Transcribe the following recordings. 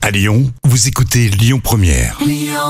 À Lyon, vous écoutez Lyon Première.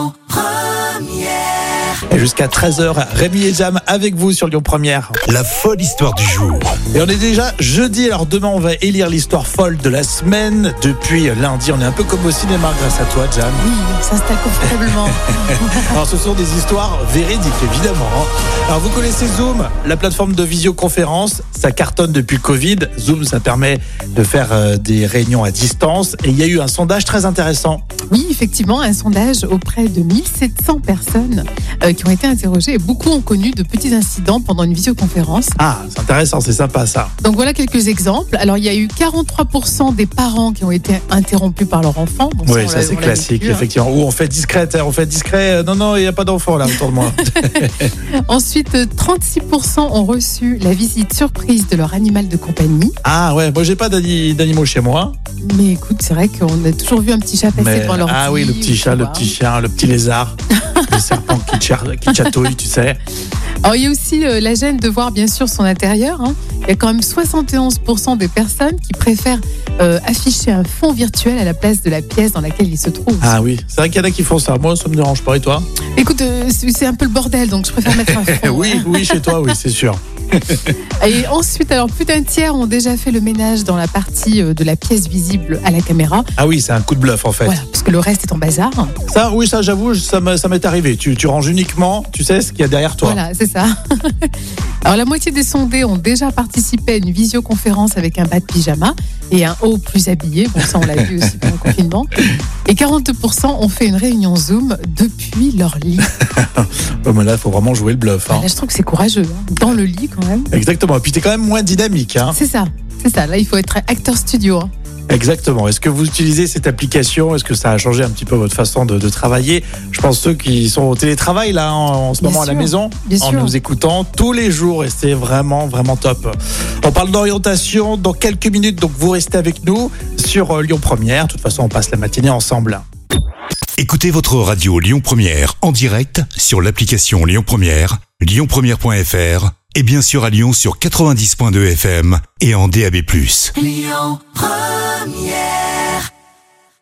Et jusqu'à 13h, Rémi et Jam avec vous sur Lyon Première. La folle histoire du jour. Et on est déjà jeudi, alors demain on va élire l'histoire folle de la semaine. Depuis lundi, on est un peu comme au cinéma grâce à toi, Jam. Oui, on s'installe confortablement. Alors ce sont des histoires véridiques, évidemment. Alors vous connaissez Zoom, la plateforme de visioconférence. Ça cartonne depuis le Covid. Zoom, ça permet de faire des réunions à distance. Et il y a eu un sondage très intéressant. Oui, effectivement, un sondage auprès de 1700 personnes qui ont été interrogées et beaucoup ont connu de petits incidents pendant une visioconférence. Ah, c'est intéressant, c'est sympa ça. Donc voilà quelques exemples. Alors il y a eu 43% des parents qui ont été interrompus par leur enfant. Bon, Oui, ça c'est classique, effectivement. Ou on fait discret, non, il n'y a pas d'enfant là autour de moi. Ensuite, 36% ont reçu la visite surprise de leur animal de compagnie. Ah ouais, moi j'ai pas d'animaux chez moi. Mais écoute, c'est vrai qu'on a toujours vu un petit chat passer devant leur Ah oui, le petit chat, le petit chien, le petit lézard, le serpent qui chatouille, tu sais. Alors il y a aussi la gêne de voir bien sûr son intérieur. Il y a quand même 71% des personnes qui préfèrent afficher un fond virtuel à la place de la pièce dans laquelle ils se trouvent. Ah oui, c'est vrai qu'il y en a qui font ça. Moi, ça me dérange pas. Et toi ? Écoute, c'est un peu le bordel, donc je préfère mettre un fond. Oui, chez toi, oui, c'est sûr. Et ensuite, alors plus d'un tiers ont déjà fait le ménage dans la partie de la pièce visible à la caméra. Ah oui, c'est un coup de bluff en fait. Voilà, parce que le reste est en bazar. Ça, oui, ça j'avoue, ça m'est arrivé. Tu ranges uniquement, tu sais ce qu'il y a derrière toi. Voilà, c'est ça. Alors la moitié des sondés ont déjà participé à une visioconférence avec un bas de pyjama et un haut plus habillé. Bon, ça on l'a vu aussi pendant le confinement. Et 42% ont fait une réunion Zoom depuis leur lit. Bon, mais là, il faut vraiment jouer le bluff. Là, je trouve que c'est courageux. Dans le lit quand même. Exactement. Et puis t'es quand même moins dynamique. C'est ça. Là, il faut être acteur studio. Exactement. Est-ce que vous utilisez cette application ? Est-ce que ça a changé un petit peu votre façon de travailler ? Je pense ceux qui sont au télétravail là en ce moment à la maison, en nous écoutant tous les jours, et c'est vraiment vraiment top. On parle d'orientation dans quelques minutes, donc vous restez avec nous sur Lyon Première. De toute façon, on passe la matinée ensemble. Écoutez votre radio Lyon Première en direct sur l'application Lyon Première, lyonpremière.fr et bien sûr à Lyon sur 90.2 FM et en DAB+. Lyon Première.